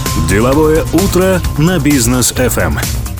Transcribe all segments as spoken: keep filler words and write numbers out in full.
Деловое утро на Бизнес эф эм.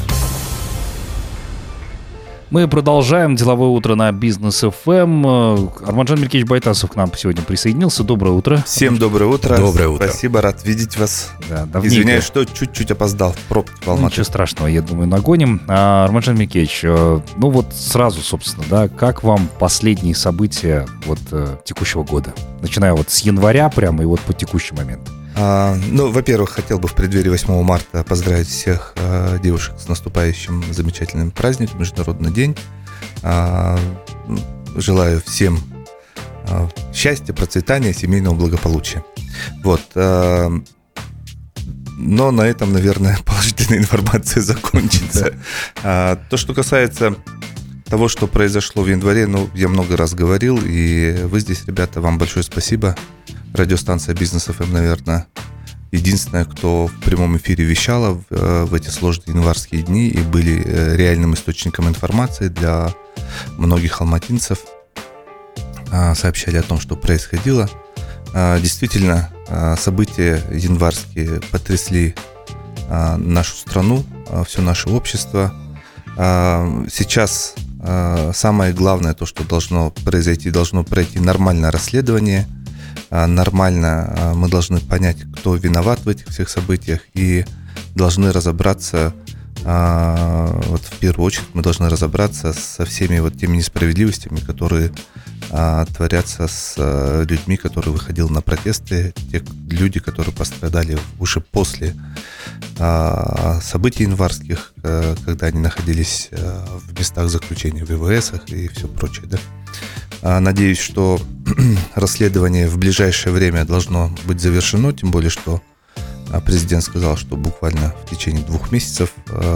Мы продолжаем деловое утро на Бизнес эф эм. Арманжан Меркевич Байтасов к нам сегодня присоединился. Доброе утро. Всем доброе утро. Доброе утро. Спасибо, рад видеть вас. Да, давненько. Извиняюсь, что чуть-чуть опоздал в пробке в Алматы. Ну, ничего страшного, я думаю, нагоним. А, Арманжан Меркевич, ну вот сразу, собственно, да, как вам последние события вот текущего года? Начиная вот с января прямо и вот по текущий момент. А, ну, во-первых, хотел бы в преддверии восьмого марта поздравить всех а, девушек с наступающим замечательным праздником, Международный день. А, желаю всем а, счастья, процветания, семейного благополучия. Вот. А, но на этом, наверное, положительная информация закончится. А, то, что касается того, что произошло в январе, ну, я много раз говорил, и вы здесь, ребята, вам большое спасибо. Радиостанция Бизнес эф эм, наверное, единственная, кто в прямом эфире вещала в, в эти сложные январские дни и были реальным источником информации для многих алматинцев. Сообщали о том, что происходило. Действительно, события январские потрясли нашу страну, все наше общество. Сейчас самое главное, то, что должно произойти, должно пройти нормальное расследование. Нормально мы должны понять, кто виноват в этих всех событиях, и должны разобраться, вот в первую очередь мы должны разобраться со всеми вот теми несправедливостями, которые творятся с людьми, которые выходили на протесты, те люди, которые пострадали уже после событий январских, когда они находились в местах заключения, в ИВСах и все прочее, да. Надеюсь, что расследование в ближайшее время должно быть завершено, тем более, что президент сказал, что буквально в течение двух месяцев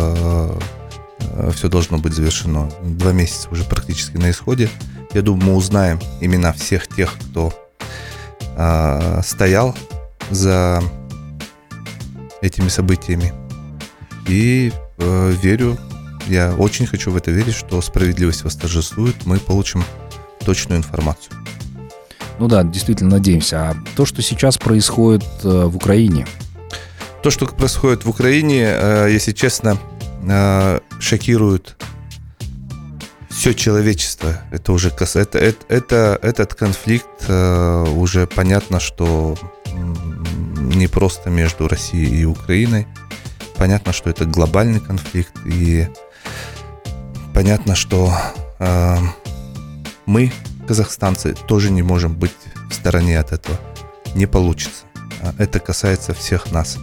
все должно быть завершено. Два месяца уже практически на исходе. Я думаю, мы узнаем имена всех тех, кто стоял за этими событиями. И верю, я очень хочу в это верить, что справедливость восторжествует, мы получим точную информацию. Ну да, действительно надеемся. А то, что сейчас происходит э, в Украине? То, что происходит в Украине, э, если честно, э, шокирует все человечество. Это уже это, это, это, этот конфликт э, уже понятно, что не просто между Россией и Украиной. Понятно, что это глобальный конфликт. И понятно, что э, мы, казахстанцы, тоже не можем быть в стороне от этого. Не получится. Это касается всех нас.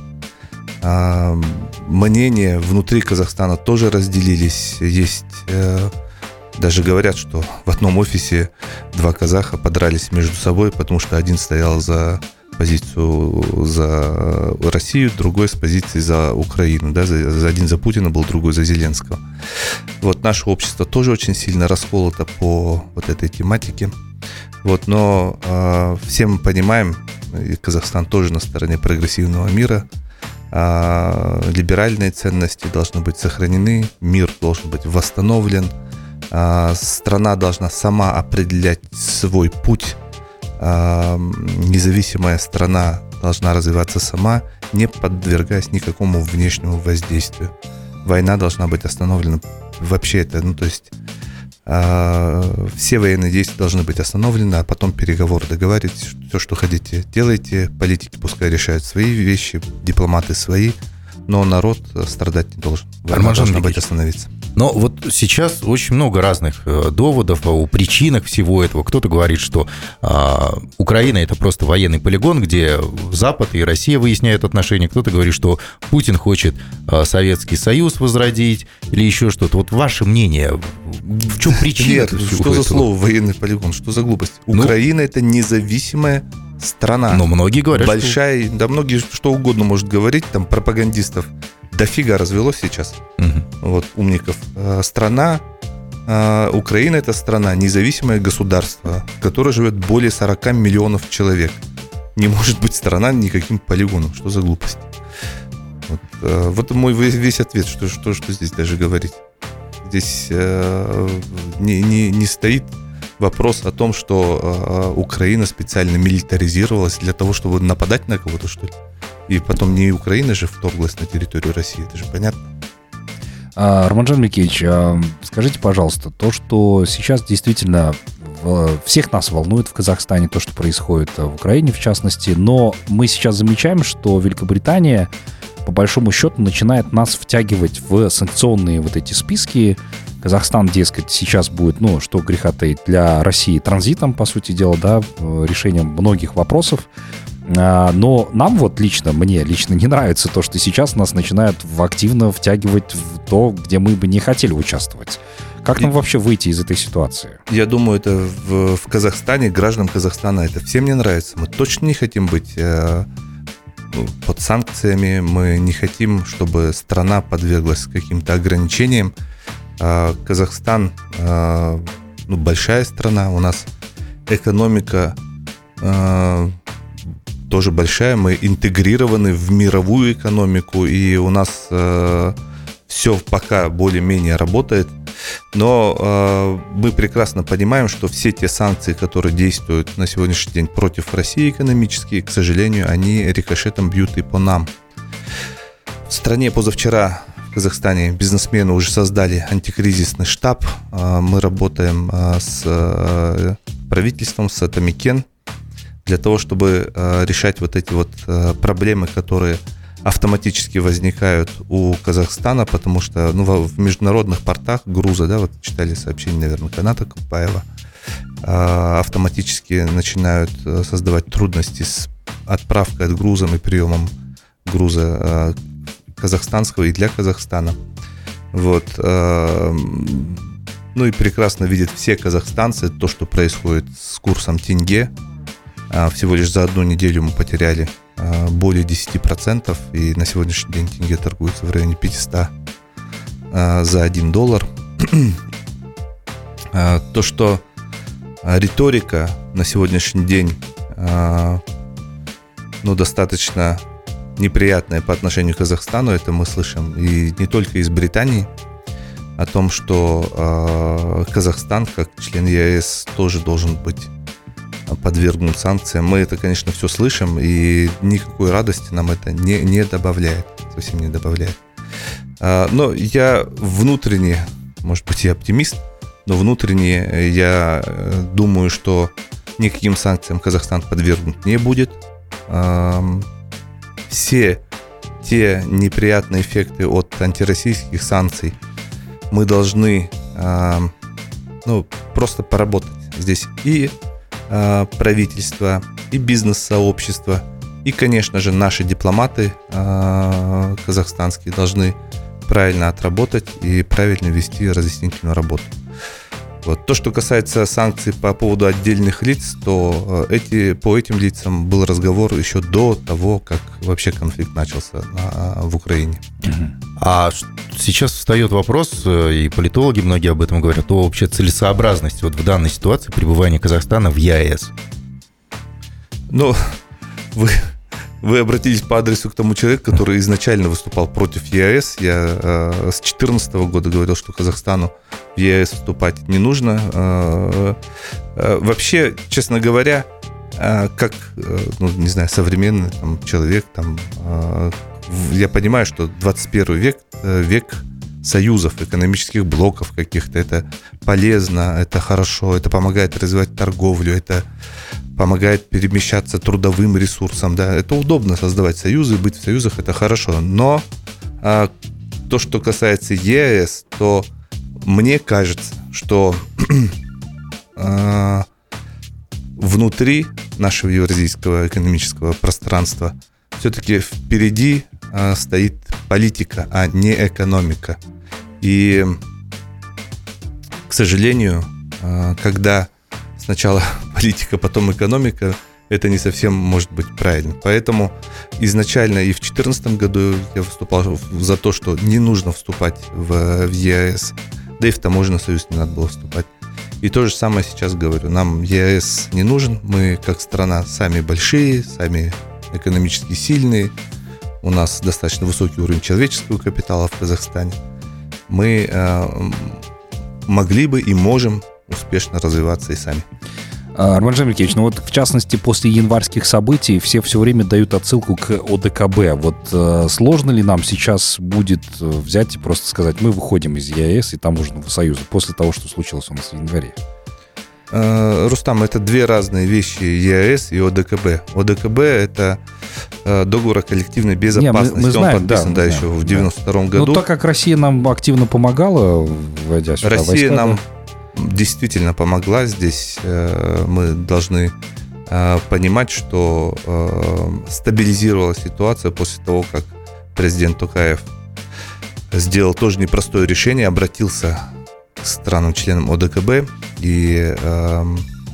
Мнения внутри Казахстана тоже разделились. Есть, даже говорят, что в одном офисе два казаха подрались между собой, потому что один стоял за позицию за Россию, другой с позиции за Украину. Да? За, один за Путина был, другой за Зеленского. Вот наше общество тоже очень сильно расколото по вот этой тематике. Вот, но э, все мы понимаем, и Казахстан тоже на стороне прогрессивного мира. Э, либеральные ценности должны быть сохранены, мир должен быть восстановлен. Э, страна должна сама определять свой путь. Независимая страна должна развиваться сама, не подвергаясь никакому внешнему воздействию. Война должна быть остановлена. Вообще это, ну то есть э, все военные действия должны быть остановлены, а потом переговоры, договаривайтесь, все, что хотите, делайте. Политики пускай решают свои вещи, дипломаты свои, но народ страдать не должен. Война должна быть остановиться. Но вот сейчас очень много разных доводов о причинах всего этого. Кто-то говорит, что а, Украина – это просто военный полигон, где Запад и Россия выясняют отношения. Кто-то говорит, что Путин хочет а, Советский Союз возродить или еще что-то. Вот ваше мнение, в чем причина? Нет, что за слово военный полигон? Что за глупость? Ну, Украина – это независимая страна. Но многие говорят, большая, что... Да многие что угодно может говорить, там пропагандистов дофига развелось сейчас. Угу. Вот, умников. Страна, Украина – это страна, независимое государство, в которой живет более сорок миллионов человек. Не может быть страна никаким полигоном. Что за глупость? Вот, вот мой весь ответ, что, что, что здесь даже говорить. Здесь э, не, не, не стоит вопрос о том, что э, Украина специально милитаризировалась для того, чтобы нападать на кого-то, что ли? И потом не Украина же вторглась на территорию России, это же понятно. А, Романжан Микеевич, а, скажите, пожалуйста, то, что сейчас действительно в, всех нас волнует в Казахстане, то, что происходит в Украине, в частности, но мы сейчас замечаем, что Великобритания, по большому счету, начинает нас втягивать в санкционные вот эти списки. Казахстан, дескать, сейчас будет, ну, что греха таить, для России транзитом, по сути дела, да, решением многих вопросов. Но нам вот лично, мне лично не нравится то, что сейчас нас начинают активно втягивать в то, где мы бы не хотели участвовать. Как нам И, вообще выйти из этой ситуации? Я думаю, это в, в Казахстане, гражданам Казахстана это всем не нравится. Мы точно не хотим быть э, под санкциями, мы не хотим, чтобы страна подверглась каким-то ограничениям. Э, Казахстан, э, ну, большая страна, у нас экономика э, тоже большая, мы интегрированы в мировую экономику, и у нас э, все пока более-менее работает. Но э, мы прекрасно понимаем, что все те санкции, которые действуют на сегодняшний день против России экономические, к сожалению, они рикошетом бьют и по нам. В стране позавчера, в Казахстане, бизнесмены уже создали антикризисный штаб. Э, мы работаем э, с э, правительством, с Атамикен, для того, чтобы э, решать вот эти вот э, проблемы, которые автоматически возникают у Казахстана, потому что, ну, в, в международных портах груза, да, вот читали сообщение, наверное, Каната Купаева, э, автоматически начинают создавать трудности с отправкой, отгрузом и приемом груза э, казахстанского и для Казахстана. Вот. Э, ну и прекрасно видят все казахстанцы то, что происходит с курсом тенге. Всего лишь за одну неделю мы потеряли более десять процентов, и на сегодняшний день тенге торгуется в районе пятьсот за один доллар. То, что риторика на сегодняшний день, ну, достаточно неприятная по отношению к Казахстану, это мы слышим и не только из Британии, о том, что Казахстан, как член ЕС, тоже должен быть подвергнут санкциям. Мы это, конечно, все слышим, и никакой радости нам это не, не добавляет, совсем не добавляет. Но я внутренне, может быть, я оптимист, но внутренне я думаю, что никаким санкциям Казахстан подвергнут не будет. Все те неприятные эффекты от антироссийских санкций мы должны, ну, просто поработать здесь и правительство, и бизнес-сообщество, и, конечно же, наши дипломаты э, казахстанские должны правильно отработать и правильно вести разъяснительную работу. Вот. То, что касается санкций по поводу отдельных лиц, то эти, по этим лицам был разговор еще до того, как вообще конфликт начался на, в Украине. А сейчас встает вопрос, и политологи многие об этом говорят, о вообще целесообразности вот в данной ситуации пребывания Казахстана в ЕАЭС. Ну, вы, вы обратились по адресу к тому человеку, который изначально выступал против ЕАЭС. Я э, с две тысячи четырнадцатого года говорил, что Казахстану в ЕАЭС вступать не нужно. Э, э, вообще, честно говоря, э, как, э, ну, не знаю, современный там, человек, там, э, я понимаю, что двадцать первый век, э, век союзов, экономических блоков каких-то, это полезно, это хорошо, это помогает развивать торговлю, это помогает перемещаться трудовым ресурсам, да, это удобно создавать союзы, быть в союзах, это хорошо, но а, то, что касается ЕАЭС, то мне кажется, что а, внутри нашего евразийского экономического пространства все-таки впереди а, стоит политика, а не экономика. И, к сожалению, а, когда сначала политика, потом экономика, это не совсем может быть правильно. Поэтому изначально и в две тысячи четырнадцатом году я выступал за то, что не нужно вступать в, в ЕАЭС, да и в таможенный союз не надо было вступать. И то же самое сейчас говорю. Нам ЕАЭС не нужен. Мы, как страна, сами большие, сами экономически сильные. У нас достаточно высокий уровень человеческого капитала в Казахстане. Мы э, могли бы и можем успешно развиваться и сами. Арманжан Мелькевич, ну вот в частности после январских событий все все время дают отсылку к ОДКБ. Вот э, сложно ли нам сейчас будет взять и просто сказать, мы выходим из ЕАЭС и таможенного союза после того, что случилось у нас в январе? Э, Рустам, это две разные вещи, ЕАЭС и ОДКБ. ОДКБ – это э, договор о коллективной безопасности. Не, мы, мы знаем, Он подписан да, да, еще в девяносто втором да. году. Ну, так как Россия нам активно помогала, вводя сюда Россия войска, нам... Да? действительно помогла. Здесь э, мы должны э, понимать, что э, стабилизировалась ситуация после того, как президент Токаев сделал тоже непростое решение, обратился к странам-членам ОДКБ, и э,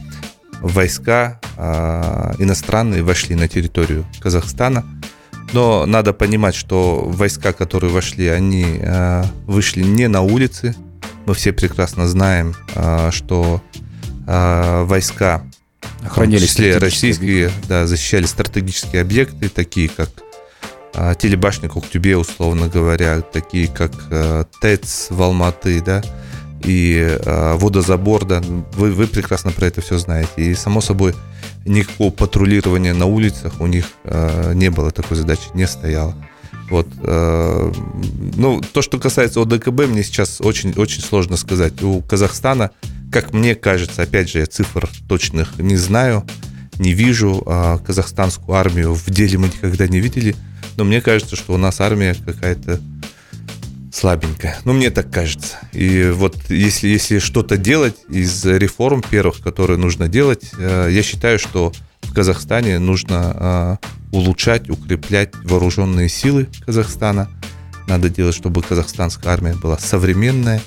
войска э, иностранные вошли на территорию Казахстана. Но надо понимать, что войска, которые вошли, они э, вышли не на улицы. Мы все прекрасно знаем, что войска, охраняли, в том числе российские, да, защищали стратегические объекты, такие как телебашня Коктюбе, условно говоря, такие как ТЭЦ в Алматы, да, и водозабор, да, вы, вы прекрасно про это все знаете. И, само собой, никакого патрулирования на улицах у них не было, такой задачи не стояло. Вот, э, ну, то, что касается ОДКБ, мне сейчас очень, очень сложно сказать. У Казахстана, как мне кажется, опять же, я цифр точных не знаю, не вижу, а казахстанскую армию в деле мы никогда не видели, но мне кажется, что у нас армия какая-то слабенькая. Ну, мне так кажется. И вот если, если что-то делать из реформ первых, которые нужно делать, э, я считаю, что в Казахстане нужно э, улучшать, укреплять вооруженные силы Казахстана. Надо делать, чтобы казахстанская армия была современная,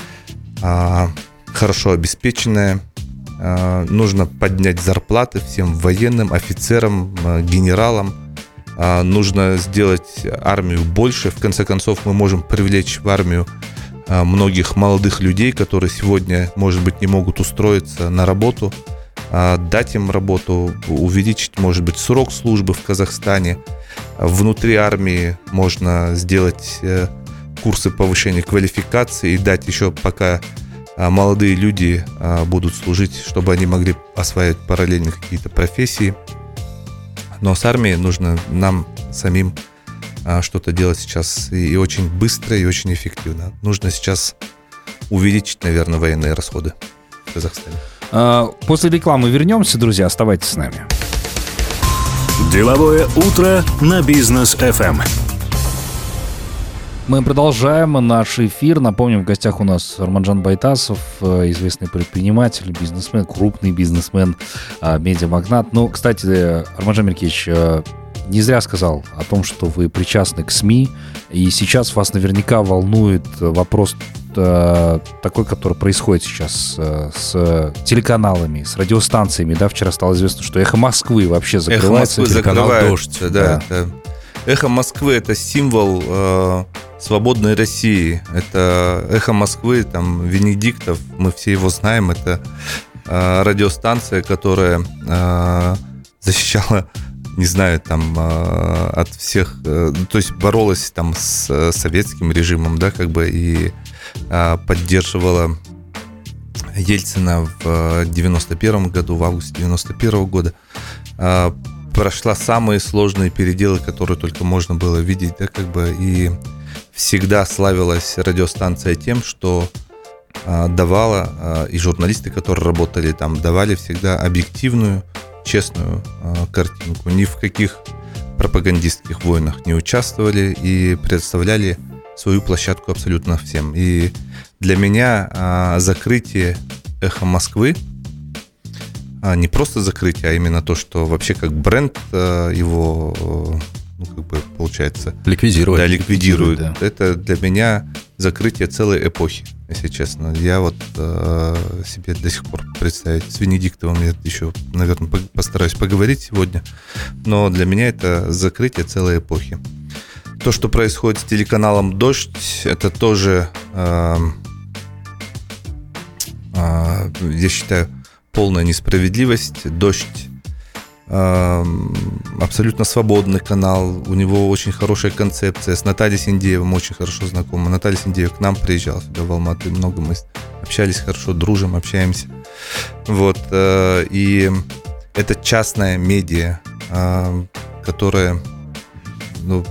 э, хорошо обеспеченная. Э, нужно поднять зарплаты всем военным, офицерам, э, генералам. Э, нужно сделать армию больше. В конце концов, мы можем привлечь в армию э, многих молодых людей, которые сегодня, может быть, не могут устроиться на работу, дать им работу, увеличить, может быть, срок службы в Казахстане. Внутри армии можно сделать курсы повышения квалификации и дать еще, пока молодые люди будут служить, чтобы они могли осваивать параллельно какие-то профессии. Но с армией нужно нам самим что-то делать сейчас и очень быстро, и очень эффективно. Нужно сейчас увеличить, наверное, военные расходы в Казахстане. После рекламы вернемся, друзья, оставайтесь с нами. Деловое утро на Бизнес эф эм. Мы продолжаем наш эфир. Напомним, в гостях у нас Арманжан Байтасов, известный предприниматель, бизнесмен, крупный бизнесмен, медиамагнат. Ну, кстати, Арманжан Мелькевич не зря сказал о том, что вы причастны к СМИ, и сейчас вас наверняка волнует вопрос такой, который происходит сейчас с телеканалами, с радиостанциями. Да, вчера стало известно, что «Эхо Москвы» вообще закрывается. «Эхо Москвы» закрывают, «Дождь». Да, да. Это... «Эхо Москвы» — это символ э, свободной России. Это «Эхо Москвы», там, Венедиктов, мы все его знаем. Это э, радиостанция, которая э, защищала, не знаю, там, э, от всех, э, то есть боролась там с э, советским режимом, да, как бы, и э, поддерживала Ельцина в девяносто первом году, в августе девяносто первого года. Э, прошла самые сложные переделы, которые только можно было видеть, да, как бы, и всегда славилась радиостанция тем, что э, давала, э, и журналисты, которые работали там, давали всегда объективную, честную э, картинку. Ни в каких пропагандистских войнах не участвовали и предоставляли свою площадку абсолютно всем. И для меня э, закрытие «Эхо Москвы», э, не просто закрытие, а именно то, что вообще как бренд э, его, э, ну, как бы, получается... Ликвидирует. Да, ликвидирует. Да. Это для меня закрытие целой эпохи, если честно. Я вот э, себе до сих пор представить. С Венедиктовым я еще, наверное, постараюсь поговорить сегодня. Но для меня это закрытие целой эпохи. То, что происходит с телеканалом «Дождь», это тоже, э, э, я считаю, полная несправедливость. «Дождь» э, абсолютно свободный канал, у него очень хорошая концепция. С Натальей Синдеевой мы очень хорошо знакомы. Наталья Синдеева к нам приезжала сюда, в Алматы, много мы общались хорошо, дружим, общаемся. Вот, и это частная медиа, которая, ну,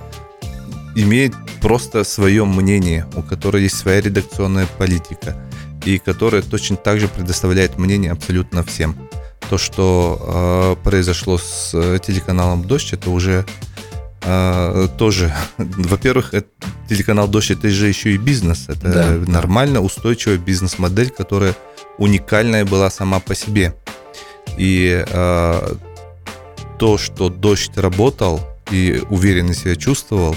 имеет просто свое мнение, у которой есть своя редакционная политика, и которая точно так же предоставляет мнение абсолютно всем. То, что э, произошло с телеканалом «Дождь», это уже э, тоже... Во-первых, это, телеканал «Дождь» — это же еще и бизнес. Это да. нормально устойчивая бизнес-модель, которая уникальная была сама по себе. И э, то, что «Дождь» работал и уверенно себя чувствовал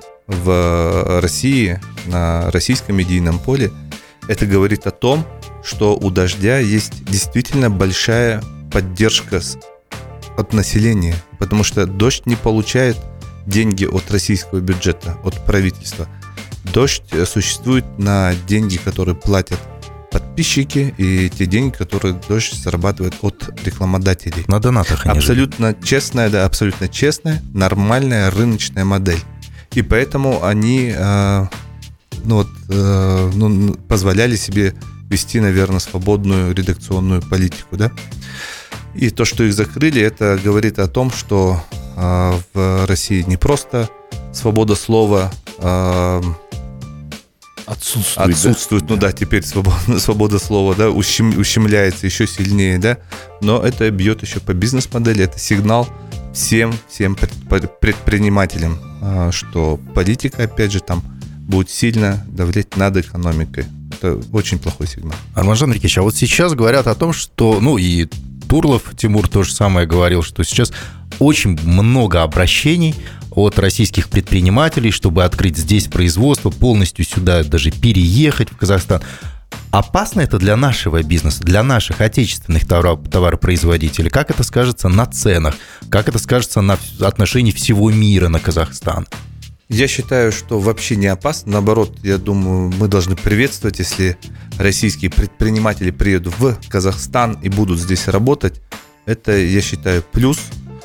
в России, на российском медийном поле, это говорит о том, что у «Дождя» есть действительно большая поддержка от населения, потому что «Дождь» не получает деньги от российского бюджета, от правительства. «Дождь» существует на деньги, которые платят подписчики, и те деньги, которые «Дождь» зарабатывает от рекламодателей. На донатах. Абсолютно честная, да, абсолютно честная, нормальная рыночная модель. И поэтому они э, ну, вот, э, ну, позволяли себе вести, наверное, свободную редакционную политику, да. И то, что их закрыли, это говорит о том, что э, в России не просто свобода слова э, отсутствует, отсутствует, да? Ну да, теперь свобода, свобода слова, да, ущем, ущемляется еще сильнее, да, но это бьет еще по бизнес-модели, это сигнал всем, всем предпринимателям, что политика, опять же, там будет сильно давлеть над экономикой. Это очень плохой сигнал. Арманжан Рикич, а вот сейчас говорят о том, что, ну и Турлов Тимур то же самое говорил, что сейчас очень много обращений от российских предпринимателей, чтобы открыть здесь производство, полностью сюда даже переехать в Казахстан. Опасно это для нашего бизнеса, для наших отечественных товаропроизводителей? Как это скажется на ценах? Как это скажется на отношении всего мира на Казахстан? Я считаю, что вообще не опасно. Наоборот, я думаю, мы должны приветствовать, если российские предприниматели приедут в Казахстан и будут здесь работать. Это, я считаю, плюс.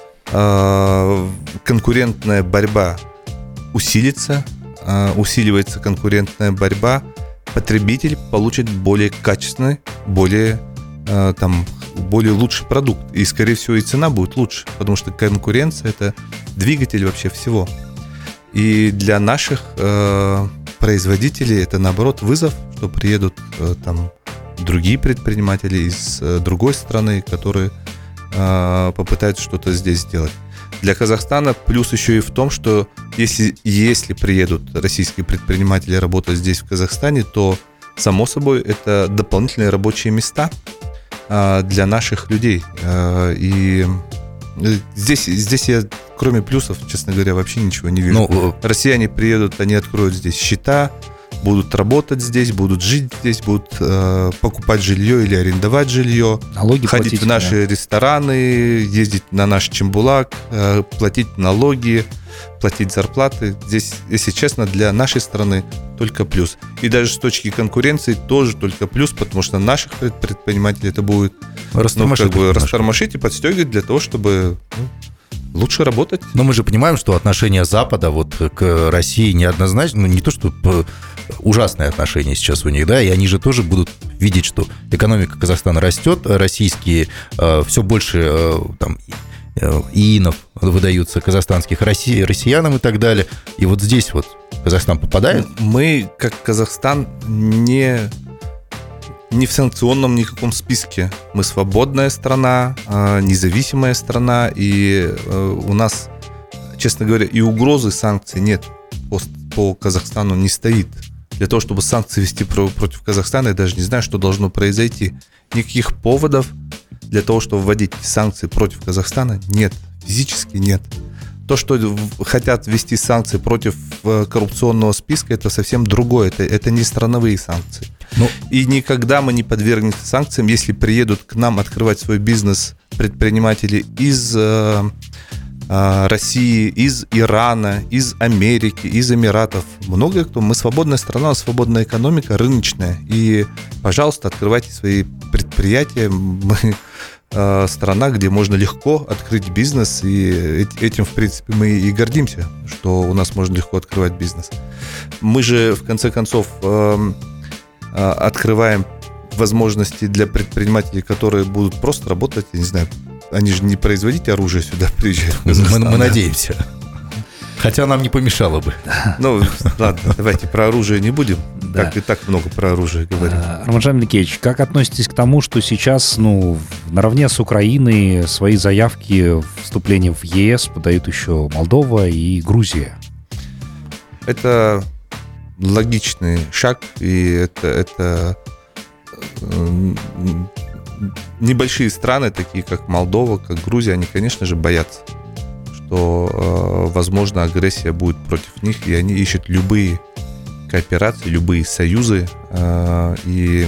Конкурентная борьба усилится, усиливается конкурентная борьба. Потребитель получит более качественный, более, там, более лучший продукт. И, скорее всего, и цена будет лучше, потому что конкуренция – это двигатель вообще всего. И для наших э, производителей это, наоборот, вызов, что приедут э, там другие предприниматели из э, другой страны, которые э, попытаются что-то здесь сделать. Для Казахстана плюс еще и в том, что если, если приедут российские предприниматели работать здесь, в Казахстане, то, само собой, это дополнительные рабочие места э, для наших людей. Э, и здесь, здесь я, кроме плюсов, честно говоря, вообще ничего не вижу. Ну, россияне приедут, они откроют здесь счета, будут работать здесь, будут жить здесь, будут э, покупать жилье или арендовать жилье, налоги ходить платить, в наши да. рестораны, ездить на наш Чембулак, э, платить налоги, платить зарплаты. Здесь, если честно, для нашей страны только плюс. И даже с точки конкуренции тоже только плюс, потому что наших предпринимателей это будет растормошить, ну, как бы, растормошить и подстегивать для того, чтобы ну, лучше работать. Но мы же понимаем, что отношение Запада вот к России неоднозначно, ну не то, что ужасное отношение сейчас у них, да, и они же тоже будут видеть, что экономика Казахстана растет, российские э, все больше э, там иинов выдаются казахстанских росси, россиянам и так далее. И вот здесь вот Казахстан попадает? Мы, как Казахстан, не, не в санкционном никаком списке. Мы свободная страна, независимая страна, и у нас, честно говоря, и угрозы санкций нет. По, по Казахстану не стоит. Для того, чтобы санкции вести против Казахстана, я даже не знаю, что должно произойти. Никаких поводов для того, чтобы вводить санкции против Казахстана, нет. Физически нет. То, что хотят ввести санкции против коррупционного списка, это совсем другое. Это, это не страновые санкции. Ну, и никогда мы не подвергнемся санкциям, если приедут к нам открывать свой бизнес предприниматели из э, э, России, из Ирана, из Америки, из Эмиратов. Много кто. Мы свободная страна, свободная экономика, рыночная. И, пожалуйста, открывайте свои предприятия. Мы э, страна, где можно легко открыть бизнес. И этим, в принципе, мы и гордимся, что у нас можно легко открывать бизнес. Мы же, в конце концов, э, открываем возможности для предпринимателей, которые будут просто работать, я не знаю, они же не производить оружие сюда приезжают. Мы, мы надеемся. Хотя нам не помешало бы. Ну, ладно, давайте про оружие не будем. Да. Так и так много про оружие говорим. Арманджан Меликевич, как относитесь к тому, что сейчас, ну, наравне с Украиной свои заявки вступления в ЕС подают еще Молдова и Грузия? Это логичный шаг, и это, это небольшие страны, такие как Молдова, как Грузия, они, конечно же, боятся, что, возможно, агрессия будет против них, и они ищут любые кооперации, любые союзы. И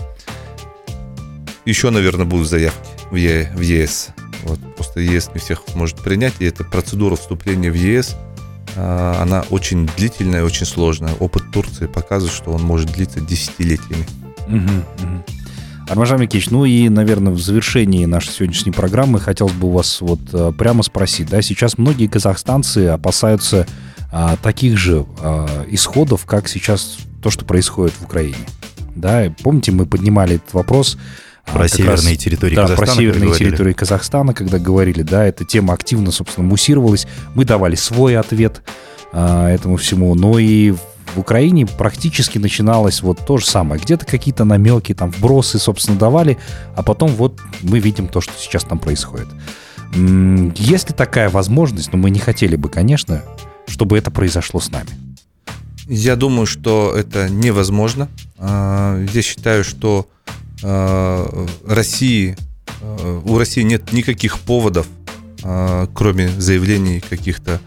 еще, наверное, будут заявки в ЕС. Вот, просто ЕС не всех может принять, и эта процедура вступления в ЕС, она очень длительная, очень сложная. Опыт Турции показывает, что он может длиться десятилетиями. Угу, угу. Арманджан Меликевич, ну и, наверное, в завершении нашей сегодняшней программы хотелось бы у вас вот прямо спросить, да, сейчас многие казахстанцы опасаются а, таких же а, исходов, как сейчас то, что происходит в Украине, да, помните, мы поднимали этот вопрос про а, северные раз, территории да, Казахстана, про северные территории Казахстана, когда говорили, да, эта тема активно, собственно, муссировалась, мы давали свой ответ а, этому всему, но и в Украине практически начиналось вот то же самое. Где-то какие-то намеки, там, вбросы, собственно, давали, а потом вот мы видим то, что сейчас там происходит. Есть ли такая возможность, но мы не хотели бы, конечно, чтобы это произошло с нами? Я думаю, что это невозможно. Я считаю, что России, у России нет никаких поводов, кроме заявлений каких-то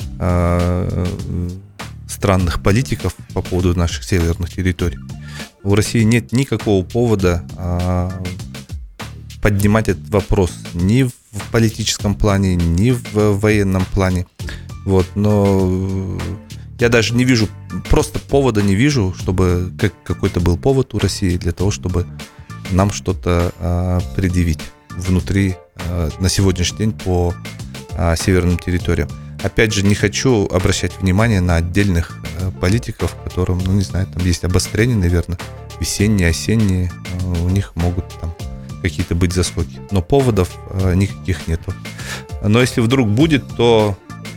странных политиков по поводу наших северных территорий. У России нет никакого повода а, поднимать этот вопрос ни в политическом плане, ни в военном плане. Вот, но я даже не вижу, просто повода не вижу, чтобы как, какой-то был повод у России для того, чтобы нам что-то а, предъявить внутри а, на сегодняшний день по а, северным территориям. Опять же, не хочу обращать внимание на отдельных э, политиков, которым, ну, не знаю, там есть обострения, наверное, весенние, осенние, э, у них могут там какие-то быть заскоки. Но поводов э, никаких нету. Но если вдруг будет, то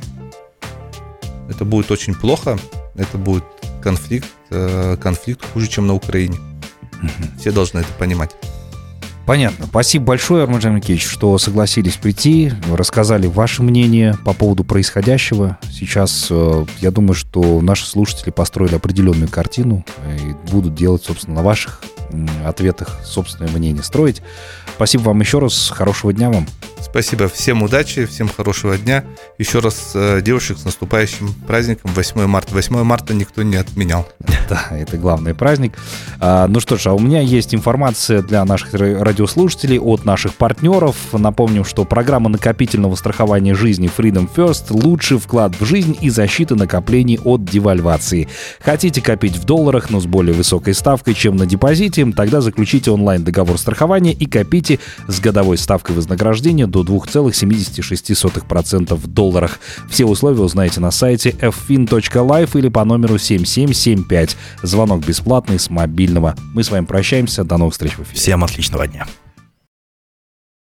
это будет очень плохо. Это будет конфликт, э, конфликт хуже, чем на Украине. Все должны это понимать. Понятно. Спасибо большое, Арманджан Меликевич, что согласились прийти, рассказали ваше мнение по поводу происходящего. Сейчас, я думаю, что наши слушатели построили определенную картину и будут делать, собственно, на ваших ответах собственное мнение строить. Спасибо вам еще раз. Хорошего дня вам. Спасибо. Всем удачи, всем хорошего дня. Еще раз девушек с наступающим праздником восьмое марта. восьмое марта никто не отменял. Да, это главный праздник. А, ну что ж, а у меня есть информация для наших радиослушателей от наших партнеров. Напомним, что программа накопительного страхования жизни Freedom First – лучший вклад в жизнь и защита накоплений от девальвации. Хотите копить в долларах, но с более высокой ставкой, чем на депозите? Тогда заключите онлайн-договор страхования и копите с годовой ставкой вознаграждения до два целых семьдесят шесть сотых процента в долларах. Все условия узнаете на сайте эф фин точка лайф или по номеру семь семь семь пять. Звонок бесплатный с мобильного. Мы с вами прощаемся. До новых встреч в эфире. Всем отличного дня.